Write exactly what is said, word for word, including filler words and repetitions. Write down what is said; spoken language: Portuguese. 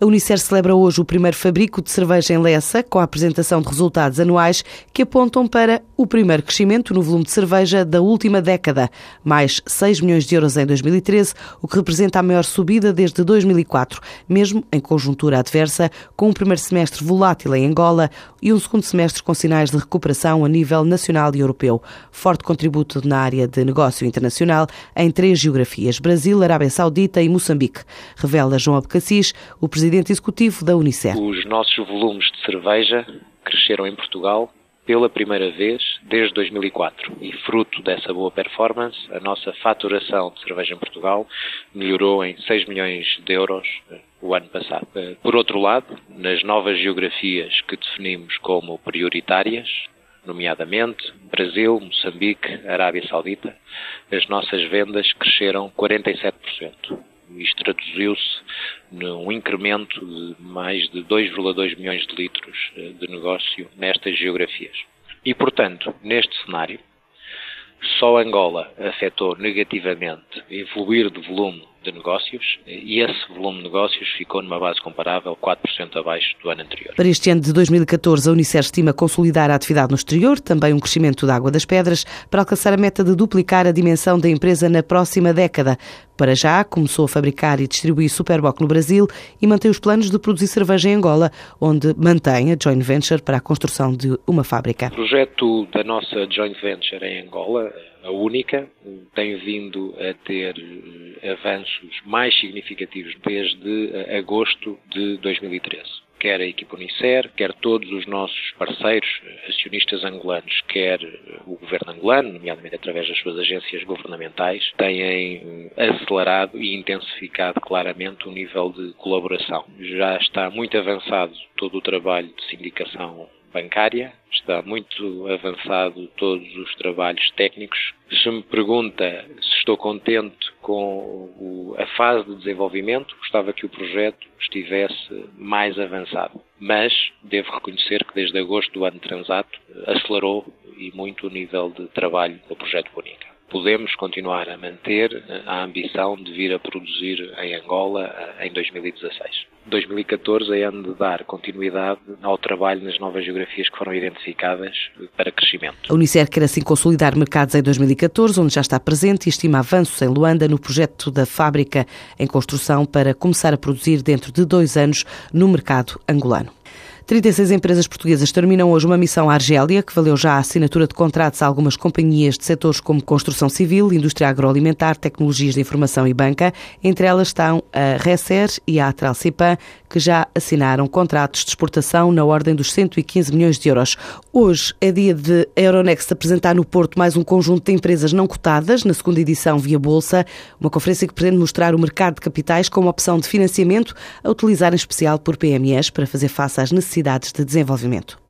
A Unicer celebra hoje o primeiro fabrico de cerveja em Lessa, com a apresentação de resultados anuais que apontam para o primeiro crescimento no volume de cerveja da última década, mais seis milhões de euros em dois mil e treze, o que representa a maior subida desde dois mil e quatro, mesmo em conjuntura adversa, com um primeiro semestre volátil em Angola e um segundo semestre com sinais de recuperação a nível nacional e europeu. Forte contributo na área de negócio internacional em três geografias: Brasil, Arábia Saudita e Moçambique, revela João Abcacis, o presidente executivo da Unicer. Os nossos volumes de cerveja cresceram em Portugal pela primeira vez desde dois mil e quatro e, fruto dessa boa performance, a nossa faturação de cerveja em Portugal melhorou em seis milhões de euros o ano passado. Por outro lado, nas novas geografias que definimos como prioritárias, nomeadamente Brasil, Moçambique, Arábia Saudita, as nossas vendas cresceram quarenta e sete por cento. Isto traduziu-se num incremento de mais de dois vírgula dois milhões de litros de negócio nestas geografias. E, portanto, neste cenário, só Angola afetou negativamente o evoluir do volume de negócios e esse volume de negócios ficou numa base comparável quatro por cento abaixo do ano anterior. Para este ano de dois mil e catorze, a Unicer estima consolidar a atividade no exterior, também um crescimento da Água das Pedras, para alcançar a meta de duplicar a dimensão da empresa na próxima década. Para já, começou a fabricar e distribuir Superboc no Brasil e mantém os planos de produzir cerveja em Angola, onde mantém a joint venture para a construção de uma fábrica. O projeto da nossa joint venture em Angola, a única, tem vindo a ter avanços mais significativos desde agosto de dois mil e treze. Quer a equipa Unicer, quer todos os nossos parceiros, acionistas angolanos, quer o governo angolano, nomeadamente através das suas agências governamentais, têm acelerado e intensificado claramente o nível de colaboração. Já está muito avançado todo o trabalho de sindicação bancária, está muito avançado todos os trabalhos técnicos. Se me pergunta se estou contente com o, a fase de desenvolvimento, gostava que o projeto estivesse mais avançado. Mas devo reconhecer que desde agosto do ano transato acelerou e muito o nível de trabalho do projeto Bonica. Podemos continuar a manter a ambição de vir a produzir em Angola em dois mil e dezasseis. dois mil e catorze é ano de dar continuidade ao trabalho nas novas geografias que foram identificadas para crescimento. A Unicer quer assim consolidar mercados em dois mil e catorze, onde já está presente, e estima avanços em Luanda no projeto da fábrica em construção para começar a produzir dentro de dois anos no mercado angolano. trinta e seis empresas portuguesas terminam hoje uma missão à Argélia, que valeu já a assinatura de contratos a algumas companhias de setores como construção civil, indústria agroalimentar, tecnologias de informação e banca. Entre elas estão a Recer e a Atralcipan, que já assinaram contratos de exportação na ordem dos cento e quinze milhões de euros. Hoje é dia de a Euronext apresentar no Porto mais um conjunto de empresas não cotadas, na segunda edição via Bolsa, uma conferência que pretende mostrar o mercado de capitais como opção de financiamento a utilizar em especial por P M Es para fazer face às necessidades de desenvolvimento.